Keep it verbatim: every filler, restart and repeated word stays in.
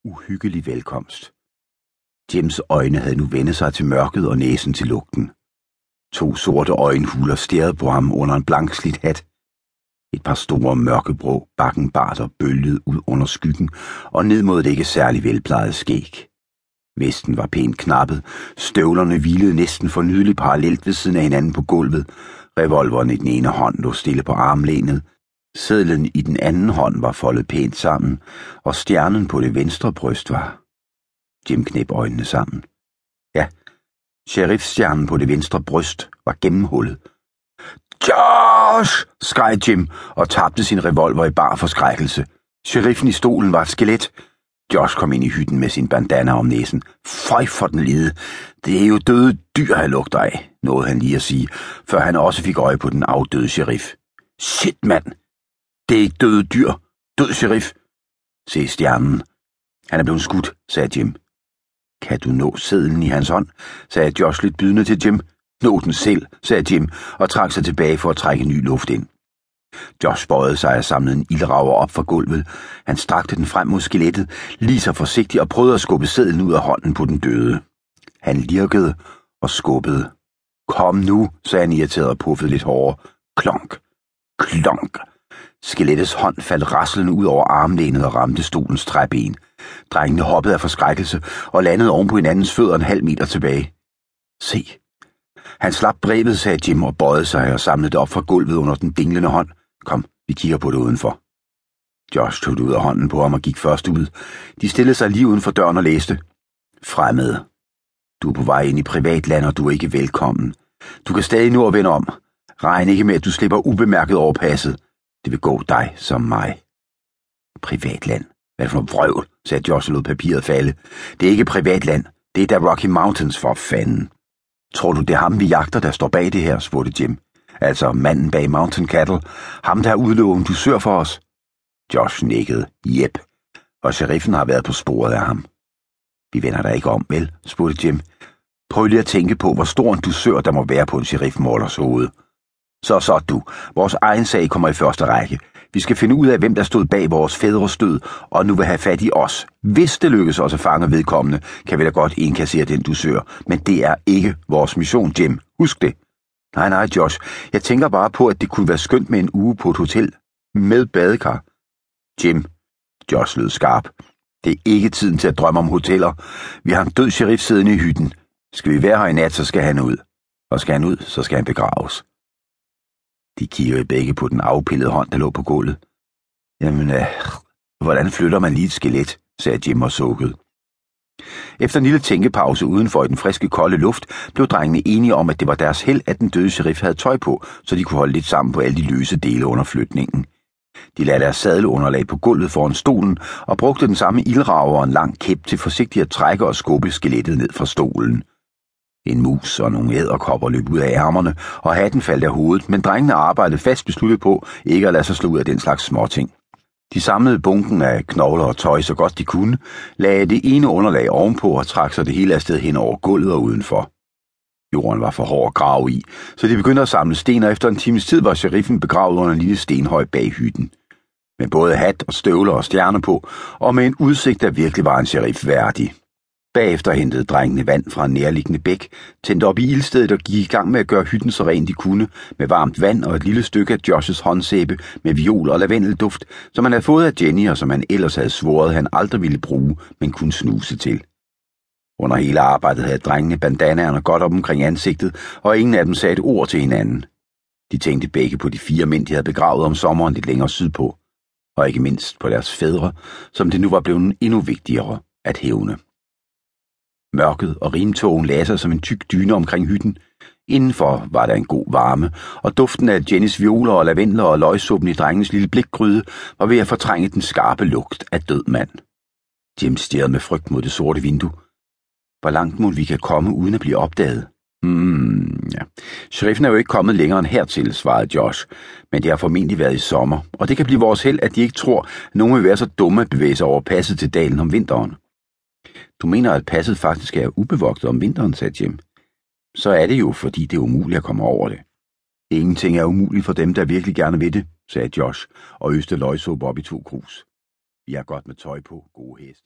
uhyggelig velkomst. Jims øjne havde nu vendt sig til mørket og næsen til lugten. To sorte øjenhuler stirrede på ham under en blankslidt hat. Et par store mørkebrå bakkenbarter bølgede ud under skyggen og ned mod et ikke særlig velplejet skæg. Vesten var pænt knappet, støvlerne hvilede næsten fornydeligt parallelt ved siden af hinanden på gulvet, revolveren i den ene hånd lå stille på armlænet, sedlen i den anden hånd var foldet pænt sammen, og stjernen på det venstre bryst var... Jim kneb øjnene sammen. Ja, sheriffstjernen på det venstre bryst var gennemhullet. Josh! Skreg Jim og tabte sin revolver i bar forskrækkelse. Sheriffen i stolen var et skelet. Josh kom ind i hytten med sin bandana om næsen. Føj for den lide. Det er jo døde dyr, han lugter af, nåede han lige at sige, før han også fik øje på den afdøde sheriff. Shit, mand! Det er ikke døde dyr. Død sheriff. Se stjernen. Han er blevet skudt, sagde Jim. Kan du nå sedlen i hans hånd, sagde Josh lidt bydende til Jim. Nå den selv, sagde Jim, og trak sig tilbage for at trække ny luft ind. Josh bøjede sig og samlede en ildrager op fra gulvet. Han strakte den frem mod skelettet, lige så forsigtigt og prøvede at skubbe sedlen ud af hånden på den døde. Han lirkede og skubbede. Kom nu, sagde han irriteret og puffede lidt hårdere. Klonk, klonk. Skelettets hånd faldt raslende ud over armlænet og ramte stolens træben. Drengene hoppede af forskrækkelse og landede oven på hinandens fødder en halv meter tilbage. Se. Han slap brevet, sagde Jim og bøjede sig og samlede det op fra gulvet under den dinglende hånd. Kom, vi kigger på det udenfor. Josh tog det ud af hånden på ham og gik først ud. De stillede sig lige uden for døren og læste. Fremmed. Du er på vej ind i privatland, og du er ikke velkommen. Du kan stadig nå at vende om. Regn ikke med, at du slipper ubemærket over passet. Det vil gå dig som mig. Privatland. Hvad for noget vrøvl, sagde Josh og lod papiret falde. Det er ikke privatland. Det er der Rocky Mountains, for fanden. Tror du, det er ham, vi jagter, der står bag det her, spurgte Jim. Altså manden bag Mountain Cattle. Ham, der har udlovet en dusør for os. Josh nikkede. Jep. Og sheriffen har været på sporet af ham. Vi vender dig ikke om, vel, spurgte Jim. Prøv lige at tænke på, hvor stor en dusør der må være på en sheriffmålers hoved. Så så du. Vores egen sag kommer i første række. Vi skal finde ud af, hvem der stod bag vores fædres død, og nu vil have fat i os. Hvis det lykkes os at fange vedkommende, kan vi da godt indkassere den dusør. Men det er ikke vores mission, Jim. Husk det. Nej, nej, Josh. Jeg tænker bare på, at det kunne være skønt med en uge på et hotel. Med badekar. Jim. Josh lød skarp. Det er ikke tiden til at drømme om hoteller. Vi har en død sheriff siddende i hytten. Skal vi være her i nat, så skal han ud. Og skal han ud, så skal han begraves. De kiggede begge på den afpillede hånd, der lå på gulvet. Jamen, øh, hvordan flytter man lige et skelet, sagde Jim og sukkede. Efter en lille tænkepause udenfor i den friske, kolde luft, blev drengene enige om, at det var deres held, at den døde sheriff havde tøj på, så de kunne holde lidt sammen på alle de løse dele under flytningen. De lagde deres sadelunderlag på gulvet foran stolen og brugte den samme ildrager og en lang kæp til forsigtigt at trække og skubbe skelettet ned fra stolen. En mus og nogle edderkopper løb ud af ærmerne, og hatten faldt af hovedet, men drengene arbejdede fast besluttet på ikke at lade sig slå ud af den slags småting. De samlede bunken af knogler og tøj så godt de kunne, lagde det ene underlag ovenpå og trak sig det hele afsted hen over gulvet og udenfor. Jorden var for hård at grave i, så de begyndte at samle sten, og efter en times tid var sheriffen begravet under en lille stenhøj bag hytten. Med både hat og støvler og stjerner på, og med en udsigt, der virkelig var en sheriff værdig. Bagefter hentede drengene vand fra en nærliggende bæk, tændte op i ildstedet og gik i gang med at gøre hytten så ren de kunne, med varmt vand og et lille stykke af Joshes håndsæbe med viol og lavendelduft, som han havde fået af Jenny, og som han ellers havde svoret, han aldrig ville bruge, men kunne snuse til. Under hele arbejdet havde drengene bandanaerne godt op omkring ansigtet, og ingen af dem sagde et ord til hinanden. De tænkte begge på de fire mænd, de havde begravet om sommeren lidt længere sydpå, og ikke mindst på deres fædre, som det nu var blevet endnu vigtigere at hævne. Mørket og rimtogen lagde sig som en tyk dyne omkring hytten. Indenfor var der en god varme, og duften af Jennys violer og lavendler og løgsuppen i drengens lille blikgryde var ved at fortrænge den skarpe lugt af død mand. Jim stirrede med frygt mod det sorte vindue. Hvor langt må vi kan komme uden at blive opdaget? Hmm, ja. Sheriffen er jo ikke kommet længere end hertil, svarede Josh, men det har formentlig været i sommer, og det kan blive vores held, at de ikke tror, at nogen vil være så dumme at bevæge sig over passet til dalen om vinteren. Du mener, at passet faktisk er ubevogtet om vinteren, sagde Jim. Så er det jo, fordi det er umuligt at komme over det. Ingenting er umuligt for dem, der virkelig gerne vil det, sagde Josh og øste løgsuppe op i to krus. Vi har godt med tøj på, gode heste.